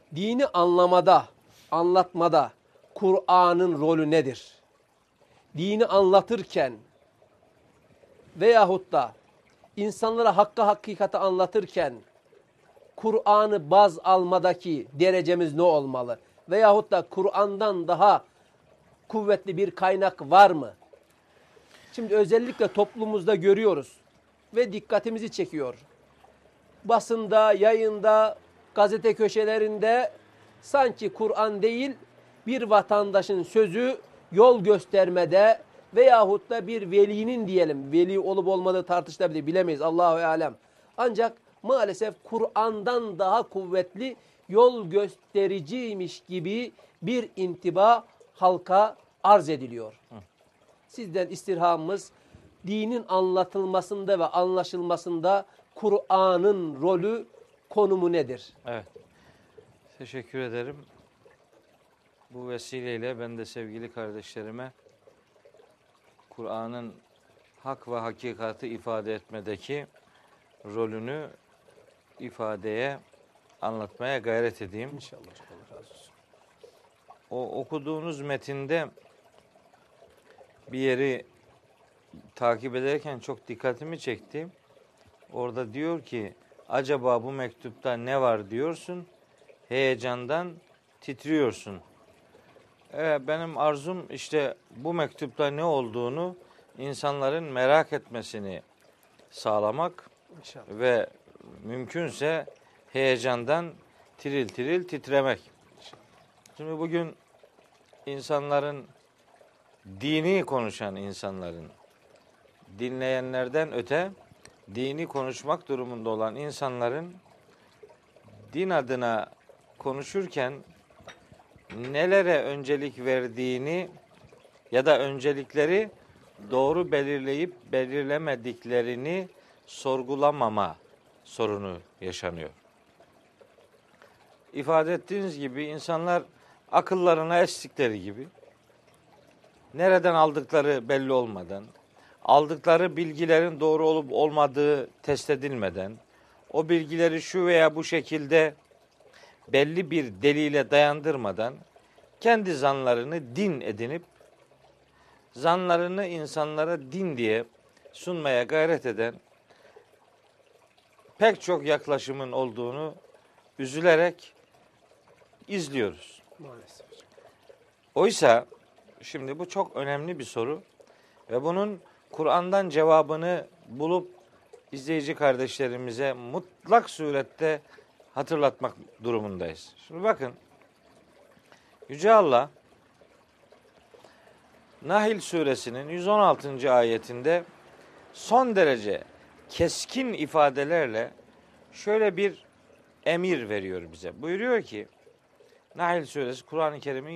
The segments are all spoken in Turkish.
Dini anlamada, anlatmada Kur'an'ın rolü nedir? Dini anlatırken veyahut da insanlara hakka hakikati anlatırken Kur'an'ı baz almadaki derecemiz ne olmalı? Veyahut da Kur'an'dan daha kuvvetli bir kaynak var mı? Şimdi özellikle toplumumuzda görüyoruz ve dikkatimizi çekiyor. Basında, yayında, gazete köşelerinde sanki Kur'an değil bir vatandaşın sözü yol göstermede veyahut da bir velinin diyelim, veli olup olmadığı tartışılabilir, bilemeyiz, Allahu alem. Ancak maalesef Kur'an'dan daha kuvvetli yol göstericiymiş gibi bir intiba halka arz ediliyor. Sizden istirhamımız dinin anlatılmasında ve anlaşılmasında Kur'an'ın rolü, konumu nedir? Evet. Teşekkür ederim. Bu vesileyle ben de sevgili kardeşlerime Kur'an'ın hak ve hakikati ifade etmedeki rolünü ifadeye, anlatmaya gayret edeyim. İnşallah. Allah razı olsun. O okuduğunuz metinde bir yeri takip ederken çok dikkatimi çekti. Orada diyor ki, acaba bu mektupta ne var diyorsun, heyecandan titriyorsun. Benim arzum işte bu mektupta ne olduğunu insanların merak etmesini sağlamak İnşallah. ve mümkünse heyecandan tiril tiril titremek. Şimdi bugün insanların, dini konuşan insanların, dinleyenlerden öte dini konuşmak durumunda olan insanların din adına konuşurken nelere öncelik verdiğini ya da öncelikleri doğru belirleyip belirlemediklerini sorgulamama sorunu yaşanıyor. İfade ettiğiniz gibi insanlar akıllarına estikleri gibi, nereden aldıkları belli olmadan, aldıkları bilgilerin doğru olup olmadığı test edilmeden, o bilgileri şu veya bu şekilde belli bir delile dayandırmadan kendi zanlarını din edinip zanlarını insanlara din diye sunmaya gayret eden pek çok yaklaşımın olduğunu üzülerek izliyoruz. Maalesef. Oysa şimdi bu çok önemli bir soru ve bunun Kur'an'dan cevabını bulup izleyici kardeşlerimize mutlak surette hatırlatmak durumundayız. Şimdi bakın, Yüce Allah Nahl suresinin 116. ayetinde son derece keskin ifadelerle şöyle bir emir veriyor bize. Buyuruyor ki, Nahl suresi Kur'an-ı Kerim'in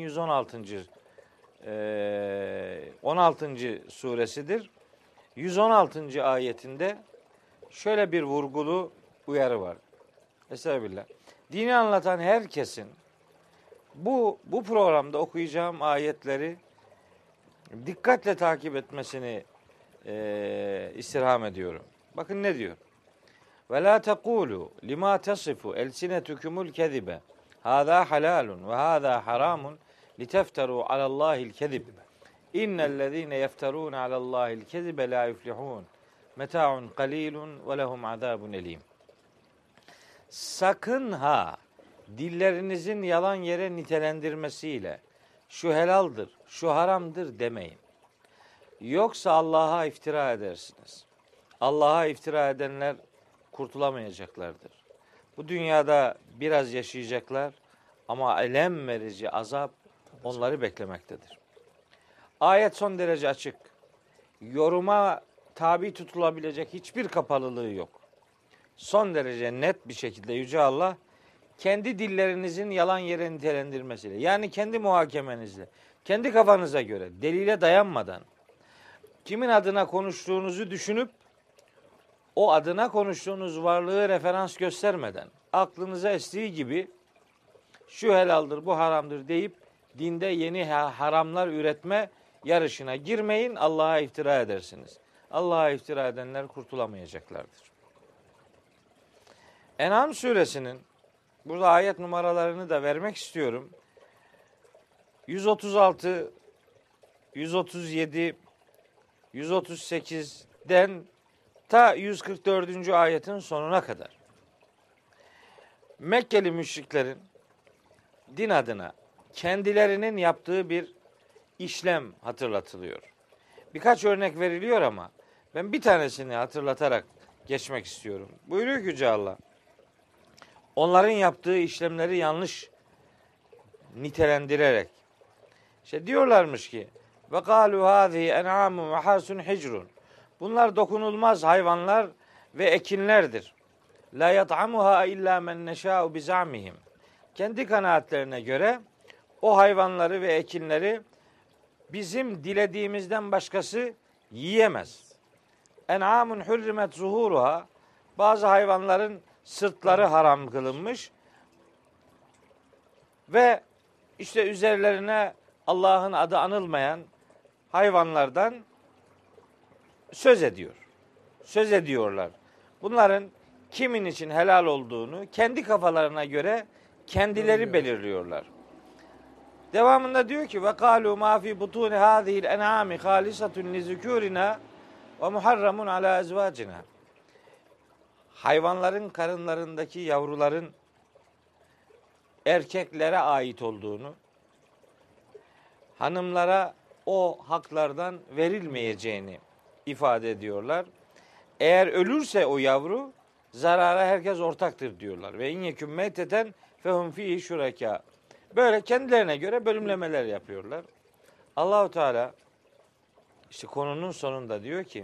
16. suresidir. 116. ayetinde şöyle bir vurgulu uyarı var. Estağfirullah. Dini anlatan herkesin bu programda okuyacağım ayetleri dikkatle takip etmesini istirham ediyorum. Bakın ne diyor? Ve la tekulu lima tasifu elsinetukumul kezibe. Hâzâ halâlun ve hâzâ harâmun litefterû alallâhil kezib. İnnellezîne yefterûne alallâhil kezibe lâ yuflihûn. Meta'un qalîlun ve lehum azâbun elîm. Sakın ha dillerinizin yalan yere nitelendirmesiyle şu helaldir, şu haramdır demeyin. Yoksa Allah'a iftira edersiniz. Allah'a iftira edenler kurtulamayacaklardır. Bu dünyada biraz yaşayacaklar ama elem verici azap onları beklemektedir. Ayet son derece açık. Yoruma tabi tutulabilecek hiçbir kapalılığı yok. Son derece net bir şekilde Yüce Allah kendi dillerinizin yalan yere nitelendirmesiyle, yani kendi muhakemenizle, kendi kafanıza göre, delile dayanmadan, kimin adına konuştuğunuzu düşünüp, o adına konuştuğunuz varlığı referans göstermeden, aklınıza estiği gibi şu helaldir, bu haramdır deyip, dinde yeni haramlar üretme yarışına girmeyin, Allah'a iftira edersiniz. Allah'a iftira edenler kurtulamayacaklardır. En'am suresinin burada ayet numaralarını da vermek istiyorum. 136, 137, 138'den ta 144. ayetin sonuna kadar Mekkeli müşriklerin din adına kendilerinin yaptığı bir işlem hatırlatılıyor. Birkaç örnek veriliyor ama ben bir tanesini hatırlatarak geçmek istiyorum. Buyuruyor ki Yüce Allah, onların yaptığı işlemleri yanlış nitelendirerek işte diyorlarmış ki ve kalu hazihi en'amun ve harsun hicrun. Bunlar dokunulmaz hayvanlar ve ekinlerdir. La yat'amuha illa men neşâ'u bizamihim. Kendi kanaatlerine göre o hayvanları ve ekinleri bizim dilediğimizden başkası yiyemez. En'amun hurrimet zuhuruha. Bazı hayvanların sırtları haram kılınmış ve işte üzerlerine Allah'ın adı anılmayan hayvanlardan söz ediyor. Söz ediyorlar. Bunların kimin için helal olduğunu kendi kafalarına göre kendileri belirliyorlar. Devamında diyor ki ve kalu ma fi butun hadihi'l en'ami halisatun li zukurina ve muharramun ala ezvacina. Hayvanların karınlarındaki yavruların erkeklere ait olduğunu, hanımlara o haklardan verilmeyeceğini ifade ediyorlar. Eğer ölürse o yavru zarara herkes ortaktır diyorlar. Ve in yekun meyteten fehum fihi şureka. Böyle kendilerine göre bölümlemeler yapıyorlar. Allahu Teala işte konunun sonunda diyor ki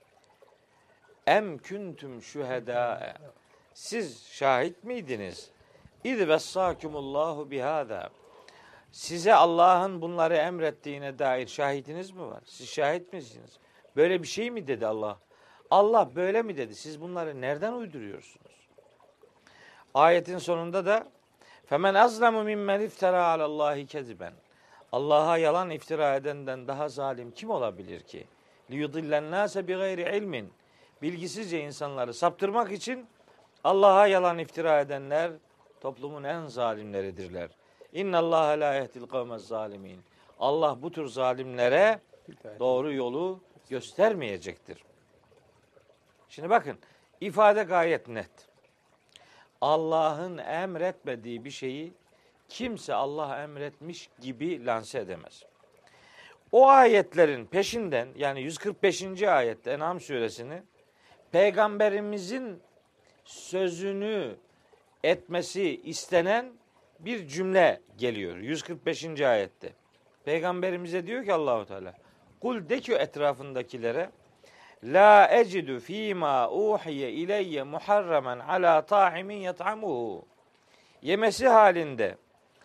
em kuntum şuhedâ. Siz şahit miydiniz? İz vessâkumullahu bihâzâ. Size Allah'ın bunları emrettiğine dair şahitiniz mi var? Siz şahit misiniz? Böyle bir şey mi dedi Allah? Allah böyle mi dedi? Siz bunları nereden uyduruyorsunuz? Ayetin sonunda da femen azlemu mimmen iftara alallahi keziben. Allah'a yalan iftira edenden daha zalim kim olabilir ki? Liyudillen nase bi gayri ilmin. Bilgisizce insanları saptırmak için Allah'a yalan iftira edenler toplumun en zalimleridirler. İnnallâhe lâ yehdil kavmez zalimin. Allah bu tür zalimlere doğru yolu göstermeyecektir. Şimdi bakın, ifade gayet net. Allah'ın emretmediği bir şeyi kimse Allah emretmiş gibi lanse edemez. O ayetlerin peşinden, yani 145. ayette En'am suresini, Peygamberimizin sözünü etmesi istenen bir cümle geliyor 145. ayette. Peygamberimize diyor ki Allahu Teala, kul de ki etrafındakilere, la ecidu fîmâ uhiye ileyye muharramen alâ ta'imin yet'amuhu. Yemesi halinde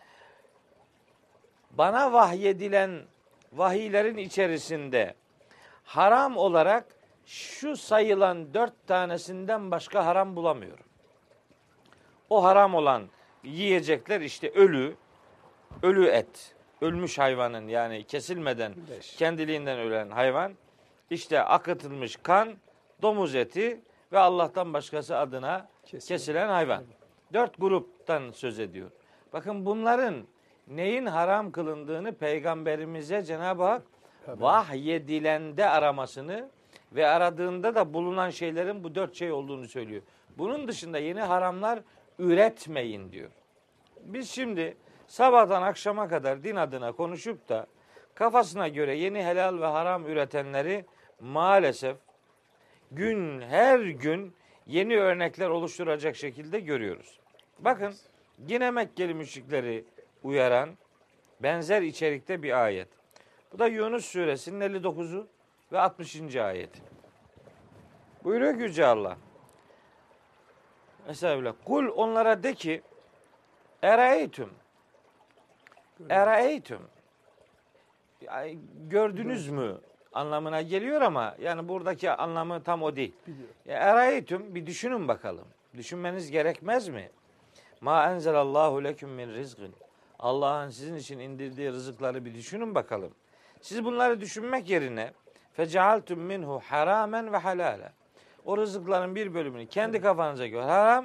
bana vahyedilen vahiylerin içerisinde haram olarak şu sayılan 4 tanesinden başka haram bulamıyorum. O haram olan yiyecekler işte ölü et, ölmüş hayvanın, yani kesilmeden kendiliğinden ölen hayvan, işte akıtılmış kan, domuz eti ve Allah'tan başkası adına kesilen hayvan. 4 gruptan söz ediyor. Bakın bunların neyin haram kılındığını Peygamberimize Cenab-ı Hak vahyedilende aramasını ve aradığında da bulunan şeylerin bu 4 şey olduğunu söylüyor. Bunun dışında yeni haramlar üretmeyin diyor. Biz şimdi sabahtan akşama kadar din adına konuşup da kafasına göre yeni helal ve haram üretenleri maalesef her gün yeni örnekler oluşturacak şekilde görüyoruz. Bakın yine Mekkeli müşrikleri uyaran benzer içerikte bir ayet. Bu da Yunus suresinin 59'u ve 60. ayeti. Buyuruyor ki Yüce Allah. Mesela kul onlara de ki eraeytüm yani gördünüz mü anlamına geliyor ama yani buradaki anlamı tam o değil. Eraeytüm, bir düşünün bakalım. Düşünmeniz gerekmez mi? Ma enzelallahu leküm min rizgin. Allah'ın sizin için indirdiği rızıkları bir düşünün bakalım. Siz bunları düşünmek yerine fecealtum minhu haramen ve halala. O rızıkların bir bölümünü kendi kafanıza göre haram,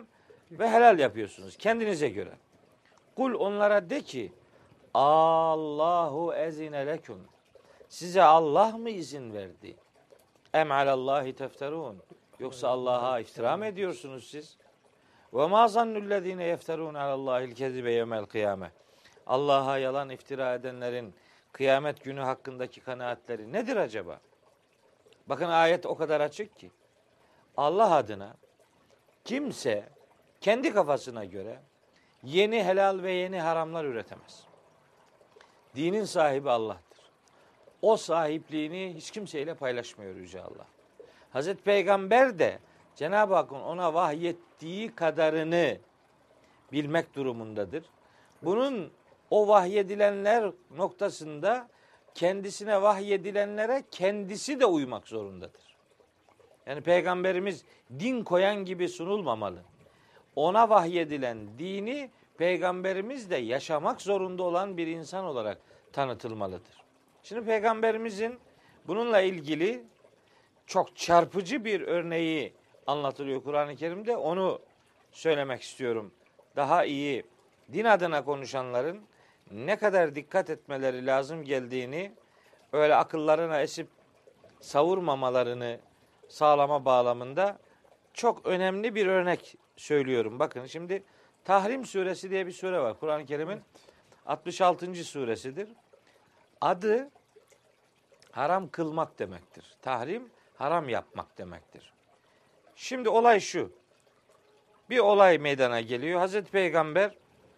ve helal yapıyorsunuz kendinize göre. Kul onlara de ki Allahu ezine leküm. Size Allah mı izin verdi? Em alallahi tefterun. Yoksa Allah'a iftira mı ediyorsunuz siz? Ve ma zannullezine yefterun alallahil kezibe yevmel kıyame. Allah'a yalan iftira edenlerin kıyamet günü hakkındaki kanaatleri nedir acaba? Bakın ayet o kadar açık ki. Allah adına kimse kendi kafasına göre yeni helal ve yeni haramlar üretemez. Dinin sahibi Allah'tır. O sahipliğini hiç kimseyle paylaşmıyor Yüce Allah. Hazreti Peygamber de Cenab-ı Hakk'ın ona vahyettiği kadarını bilmek durumundadır. Bunun o vahyedilenler noktasında kendisine vahyedilenlere kendisi de uymak zorundadır. Yani Peygamberimiz din koyan gibi sunulmamalı. Ona vahyedilen dini Peygamberimiz de yaşamak zorunda olan bir insan olarak tanıtılmalıdır. Şimdi Peygamberimizin bununla ilgili çok çarpıcı bir örneği anlatılıyor Kur'an-ı Kerim'de. Onu söylemek istiyorum. Daha iyi din adına konuşanların ne kadar dikkat etmeleri lazım geldiğini, öyle akıllarına esip savurmamalarını sağlama bağlamında çok önemli bir örnek söylüyorum. Bakın şimdi Tahrim suresi diye bir sure var. Kur'an-ı Kerim'in 66. suresidir. Adı haram kılmak demektir. Tahrim haram yapmak demektir. Şimdi olay şu. Bir olay meydana geliyor. Hazreti Peygamber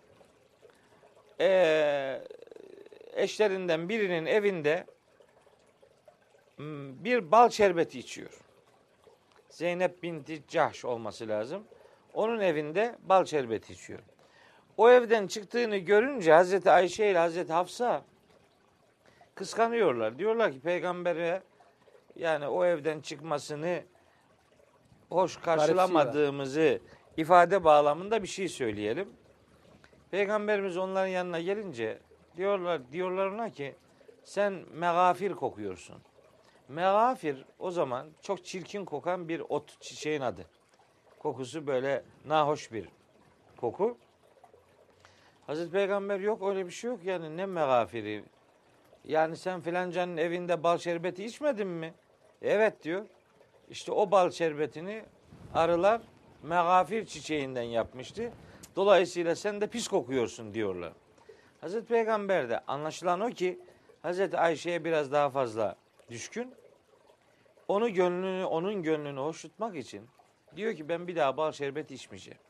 eşlerinden birinin evinde bir bal şerbeti içiyor. Zeynep binti Cahş olması lazım. Onun evinde bal şerbeti içiyor. O evden çıktığını görünce Hazreti Ayşe ile Hazreti Hafsa kıskanıyorlar. Diyorlar ki peygambere yani o evden çıkmasını hoş karşılamadığımızı ifade bağlamında bir şey söyleyelim. Peygamberimiz onların yanına gelince diyorlar ona ki sen megafir kokuyorsun. Megafir o zaman çok çirkin kokan bir ot, çiçeğin adı. Kokusu böyle nahoş bir koku. Hazreti Peygamber yok öyle bir şey yok yani ne megafiri. Yani sen filancanın evinde bal şerbeti içmedin mi? Evet diyor. İşte o bal şerbetini arılar megafir çiçeğinden yapmıştı. Dolayısıyla sen de pis kokuyorsun diyorlar. Hazreti Peygamber de anlaşılan o ki Hazreti Ayşe'ye biraz daha fazla düşkün. Onun gönlünü hoş tutmak için diyor ki ben bir daha bal şerbeti içmeyeceğim.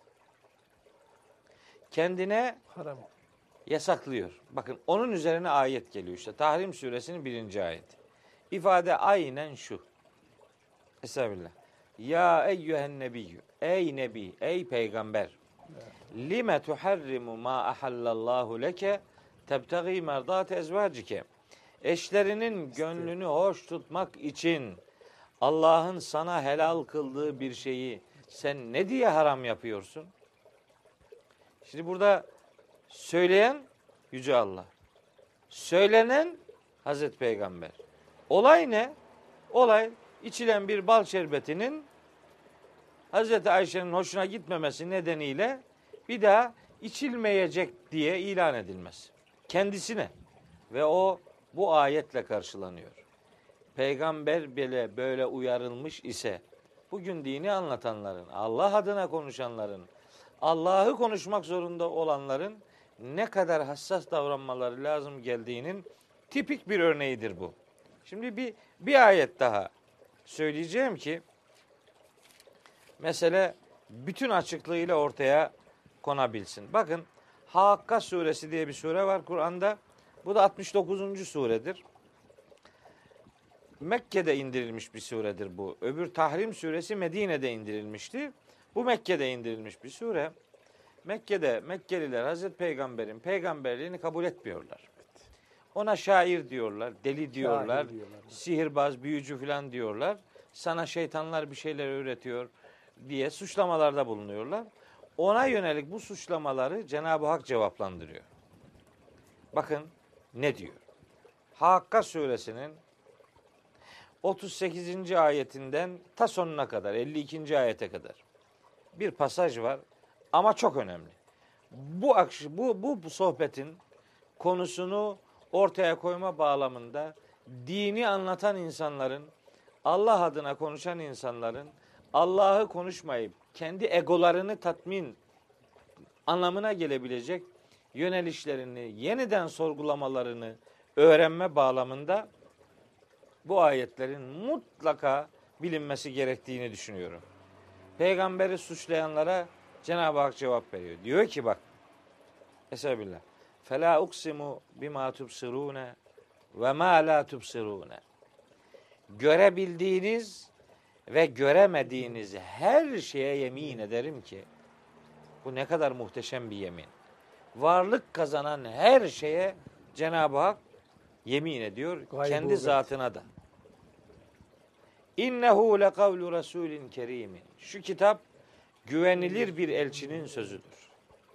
Kendine Haram. yasaklıyor. Bakın onun üzerine ayet geliyor işte. Tahrim suresinin 1. ayeti. İfade aynen şu. Estağfirullah. Ya eyyühen nebiyyü. Ey nebi, ey peygamber. Lime tuharrimu ma ahallallahu leke tebtagi merdat ezvacike. Eşlerinin gönlünü hoş tutmak için Allah'ın sana helal kıldığı bir şeyi sen ne diye haram yapıyorsun? Şimdi burada söyleyen Yüce Allah. Söylenen Hazreti Peygamber. Olay ne? Olay içilen bir bal şerbetinin Hazreti Ayşe'nin hoşuna gitmemesi nedeniyle bir daha içilmeyecek diye ilan edilmesi. Kendisine. Ve o bu ayetle karşılanıyor. Peygamber bile böyle uyarılmış ise bugün dini anlatanların, Allah adına konuşanların, Allah'ı konuşmak zorunda olanların ne kadar hassas davranmaları lazım geldiğinin tipik bir örneğidir bu. Şimdi bir ayet daha söyleyeceğim ki mesele bütün açıklığıyla ortaya konabilsin. Bakın Hakka suresi diye bir sure var Kur'an'da. Bu da 69. suredir. Mekke'de indirilmiş bir suredir bu. Öbür Tahrim suresi Medine'de indirilmişti. Bu Mekke'de indirilmiş bir sure. Mekke'de Mekkeliler Hazreti Peygamber'in peygamberliğini kabul etmiyorlar. Ona şair diyorlar, deli diyorlar, sihirbaz, büyücü falan diyorlar. Sana şeytanlar bir şeyler öğretiyor diye suçlamalarda bulunuyorlar. Ona yönelik bu suçlamaları Cenab-ı Hak cevaplandırıyor. Bakın ne diyor? Hakka suresinin 38. ayetinden ta sonuna kadar, 52. ayete kadar bir pasaj var ama çok önemli. Bu sohbetin konusunu ortaya koyma bağlamında dini anlatan insanların, Allah adına konuşan insanların Allah'ı konuşmayıp kendi egolarını tatmin anlamına gelebilecek yönelişlerini yeniden sorgulamalarını öğrenme bağlamında bu ayetlerin mutlaka bilinmesi gerektiğini düşünüyorum. Peygamberi suçlayanlara Cenab-ı Hak cevap veriyor. Diyor ki bak, Estağfirullah. Fela uksimu bima tubsirune ve ma la tubsirune. Görebildiğiniz ve göremediğiniz her şeye yemin ederim ki, bu ne kadar muhteşem bir yemin. Varlık kazanan her şeye Cenab-ı Hak yemin ediyor. Kendi zatına da. İnnehu le kavlu rasulin kerimin. Şu kitap güvenilir bir elçinin sözüdür.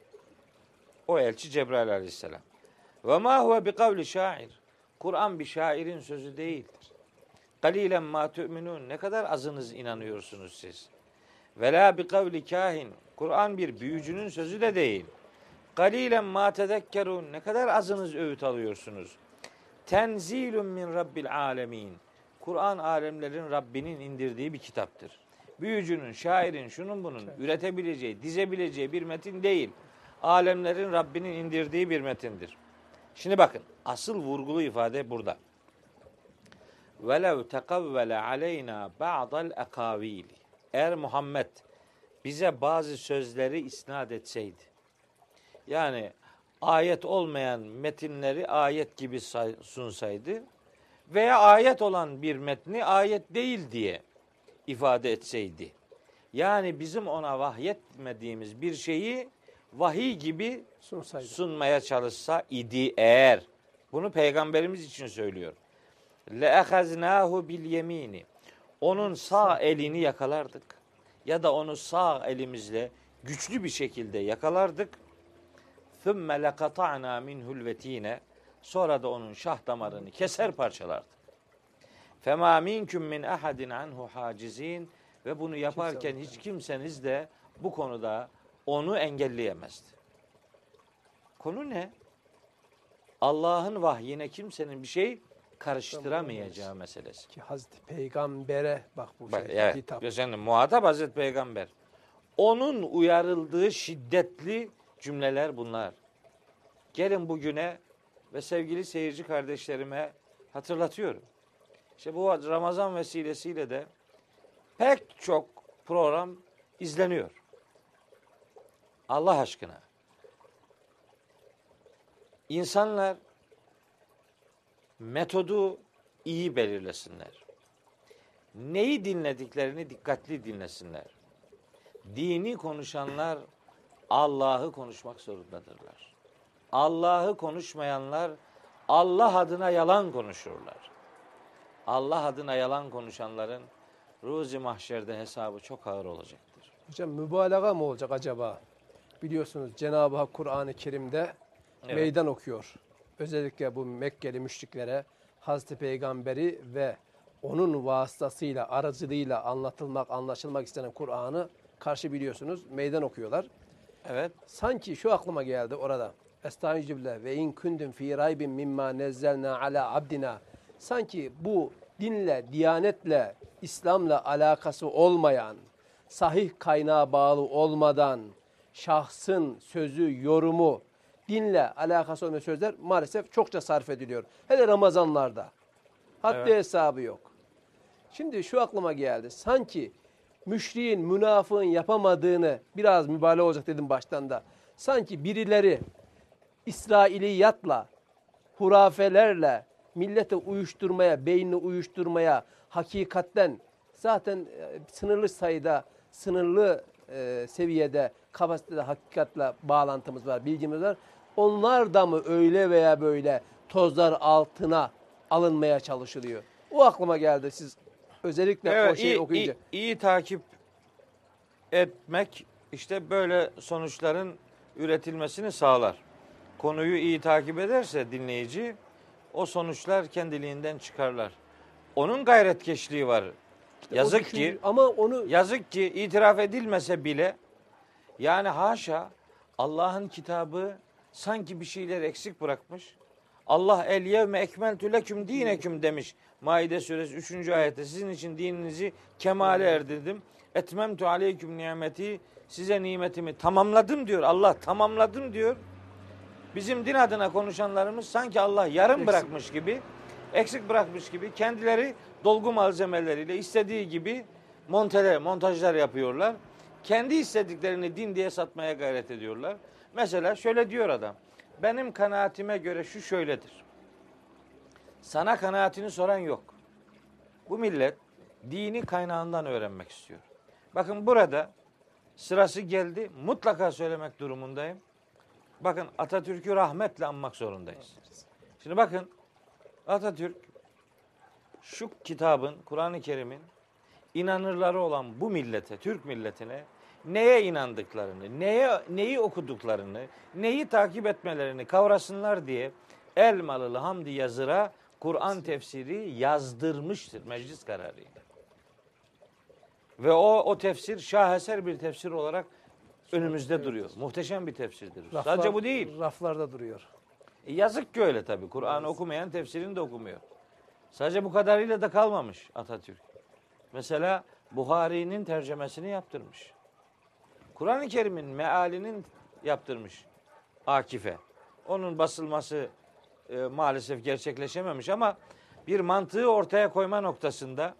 O elçi Cebrail aleyhisselam. Ve ma huve bi kavli şair. Kur'an bir şairin sözü değildir. Kalilen ma tu'minun. Ne kadar azınız inanıyorsunuz siz. Ve la bi kavli kahin. Kur'an bir büyücünün sözü de değil. Kalilen ma tezekkerun. Ne kadar azınız öğüt alıyorsunuz. Tenzilun min rabbil alemin. Kur'an alemlerin Rabbinin indirdiği bir kitaptır. Büyücünün, şairin, şunun bunun üretebileceği, dizebileceği bir metin değil. Alemlerin Rabbinin indirdiği bir metindir. Şimdi bakın, asıl vurgulu ifade burada. وَلَوْ تَقَوَّلَ عَلَيْنَا بَعْضَ الْاَقَاوِيلِ. Eğer Muhammed bize bazı sözleri isnat etseydi, yani ayet olmayan metinleri ayet gibi sunsaydı veya ayet olan bir metni ayet değil diye ifade etseydi, yani bizim ona vahyetmediğimiz bir şeyi vahiy gibi sunmaya çalışsa idi eğer, bunu peygamberimiz için söylüyor. لَاَخَزْنَاهُ بِالْيَم۪ينِ. Onun sağ elini yakalardık. Ya da onu sağ elimizle güçlü bir şekilde yakalardık. ثُمَّ لَقَطَعْنَا مِنْهُ الْوَت۪ينَ. Sonra da onun şah damarını keser parçalardık. فَمَا مِنْكُمْ مِنْ اَحَدٍ عَنْهُ حَاجِز۪ينَ. Ve bunu yaparken hiç kimseniz de bu konuda onu engelleyemezdi. Konu ne? Allah'ın vahyine kimsenin bir şey karıştıramayacağı meselesi. Ki Hazreti Peygamber'e bak bu evet, hitap. Efendim, muhatap Hazreti Peygamber. Onun uyarıldığı şiddetli cümleler bunlar. Gelin bugüne ve sevgili seyirci kardeşlerime hatırlatıyorum. İşte bu Ramazan vesilesiyle de pek çok program izleniyor. Allah aşkına. İnsanlar metodu iyi belirlesinler. Neyi dinlediklerini dikkatli dinlesinler. Dini konuşanlar Allah'ı konuşmak zorundadırlar. Allah'ı konuşmayanlar Allah adına yalan konuşurlar. Allah adına yalan konuşanların Ruzi Mahşer'de hesabı çok ağır olacaktır. Hocam mübalağa mı olacak acaba? Biliyorsunuz Cenab-ı Hak Kur'an-ı Kerim'de meydan okuyor. Özellikle bu Mekkeli müşriklere Hazreti Peygamberi ve onun vasıtasıyla, aracılığıyla anlaşılmak istenen Kur'an'ı karşı biliyorsunuz meydan okuyorlar. Evet. Sanki şu aklıma geldi orada. Estağfirullah ve in kuntum fi raybin mimma nezzelna ala abdina. Sanki bu dinle, diyanetle, İslam'la alakası olmayan, sahih kaynağa bağlı olmadan şahsın sözü, yorumu, dinle alakası olmayan sözler maalesef çokça sarf ediliyor. Hele Ramazanlarda. Haddi hesabı yok. Şimdi şu aklıma geldi. Sanki müşriğin, münafığın yapamadığını, biraz mübalağa olacak dedim baştan da. Sanki birileri İsrailiyatla, hurafelerle millete uyuşturmaya, beynini uyuşturmaya, hakikatten zaten sınırlı sayıda, sınırlı seviyede, kapasitede hakikatle bağlantımız var, bilgimiz var. Onlar da mı öyle veya böyle tozlar altına alınmaya çalışılıyor? O aklıma geldi siz özellikle o şeyi okuyunca. İyi takip etmek işte böyle sonuçların üretilmesini sağlar. Konuyu iyi takip ederse dinleyici o sonuçlar kendiliğinden çıkarlar. Onun gayretkeşliği var. İşte yazık ki ama onu yazık ki itiraf edilmese bile Yani haşa Allah'ın kitabı sanki bir şeyler eksik bırakmış. Allah el yevme ekmeltü leküm dineküm demiş. Maide suresi 3. ayette sizin için dininizi kemale erdirdim. Etmemtu aleyküm nimeti, size nimetimi tamamladım diyor. Allah tamamladım diyor. Bizim din adına konuşanlarımız sanki Allah yarım bırakmış gibi, eksik bırakmış gibi kendileri dolgu malzemeleriyle istediği gibi montajlar yapıyorlar. Kendi istediklerini din diye satmaya gayret ediyorlar. Mesela şöyle diyor adam. Benim kanaatime göre şu şöyledir. Sana kanaatini soran yok. Bu millet dini kaynağından öğrenmek istiyor. Bakın burada sırası geldi. Mutlaka söylemek durumundayım. Bakın Atatürk'ü rahmetle anmak zorundayız. Şimdi bakın Atatürk şu kitabın, Kur'an-ı Kerim'in inanırları olan bu millete, Türk milletine neye inandıklarını, neyi okuduklarını, neyi takip etmelerini kavrasınlar diye Elmalılı Hamdi Yazır'a Kur'an tefsiri yazdırmıştır meclis kararıyla. Ve o tefsir şaheser bir tefsir olarak önümüzde duruyor. Muhteşem bir tefsirdir. Sadece bu değil. Raflarda duruyor. Yazık ki öyle tabii. Kur'an'ı okumayan tefsirini de okumuyor. Sadece bu kadarıyla da kalmamış Atatürk. Mesela Buhari'nin tercümesini yaptırmış. Kur'an-ı Kerim'in mealinin yaptırmış Akif'e. Onun basılması maalesef gerçekleşememiş ama bir mantığı ortaya koyma noktasında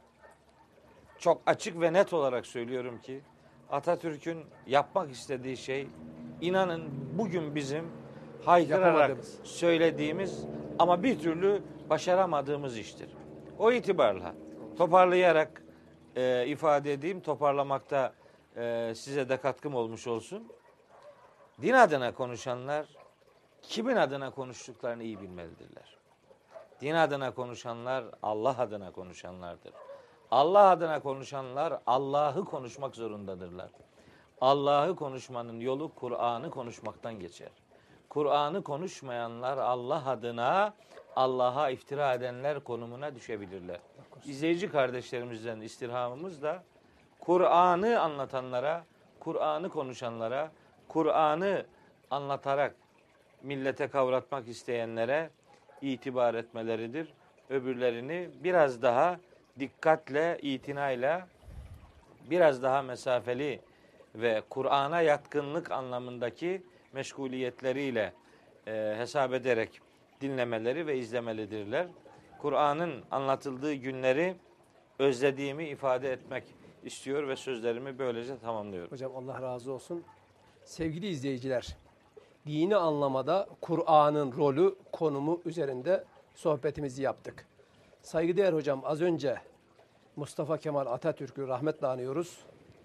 çok açık ve net olarak söylüyorum ki Atatürk'ün yapmak istediği şey inanın bugün bizim haykırarak söylediğimiz ama bir türlü başaramadığımız iştir. O itibarla toparlayarak ifade edeyim, toparlamakta size de katkım olmuş olsun. Din adına konuşanlar kimin adına konuştuklarını iyi bilmelidirler. Din adına konuşanlar Allah adına konuşanlardır. Allah adına konuşanlar Allah'ı konuşmak zorundadırlar. Allah'ı konuşmanın yolu Kur'an'ı konuşmaktan geçer. Kur'an'ı konuşmayanlar Allah adına Allah'a iftira edenler konumuna düşebilirler. İzleyici kardeşlerimizden istirhamımız da Kur'an'ı anlatanlara, Kur'an'ı konuşanlara, Kur'an'ı anlatarak millete kavratmak isteyenlere itibar etmeleridir. Öbürlerini biraz daha dikkatle, itinayla, biraz daha mesafeli ve Kur'an'a yatkınlık anlamındaki meşguliyetleriyle hesap ederek dinlemeleri ve izlemelidirler. Kur'an'ın anlatıldığı günleri özlediğimi ifade etmek istiyor ve sözlerimi böylece tamamlıyorum. Hocam Allah razı olsun. Sevgili izleyiciler, dini anlamada Kur'an'ın rolü, konumu üzerinde sohbetimizi yaptık. Saygıdeğer hocam az önce Mustafa Kemal Atatürk'ü rahmetle anıyoruz.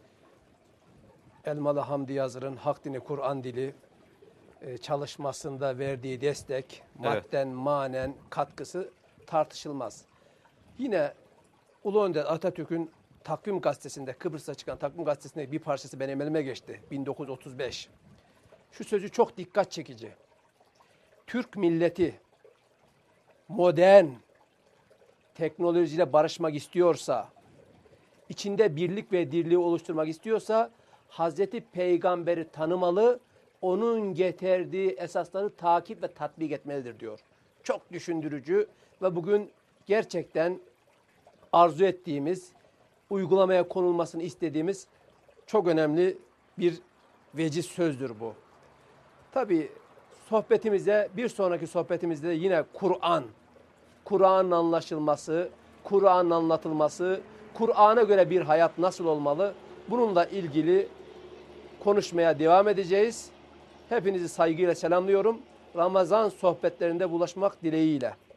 Elmalı Hamdi Yazır'ın Hak Dini Kur'an Dili çalışmasında verdiği destek, madden, manen katkısı tartışılmaz. Yine Ulu Önder Atatürk'ün Takvim Gazetesi'nde, Kıbrıs'ta çıkan Takvim Gazetesi'nde bir parçası benim elime geçti. 1935. Şu sözü çok dikkat çekici. Türk milleti modern teknolojiyle barışmak istiyorsa, içinde birlik ve dirliği oluşturmak istiyorsa, Hazreti Peygamber'i tanımalı, onun getirdiği esasları takip ve tatbik etmelidir diyor. Çok düşündürücü ve bugün gerçekten arzu ettiğimiz, uygulamaya konulmasını istediğimiz çok önemli bir veciz sözdür bu. Tabii sohbetimize, bir sonraki sohbetimizde de yine Kur'an'ın anlaşılması, Kur'an'ın anlatılması, Kur'an'a göre bir hayat nasıl olmalı? Bununla ilgili konuşmaya devam edeceğiz. Hepinizi saygıyla selamlıyorum. Ramazan sohbetlerinde buluşmak dileğiyle.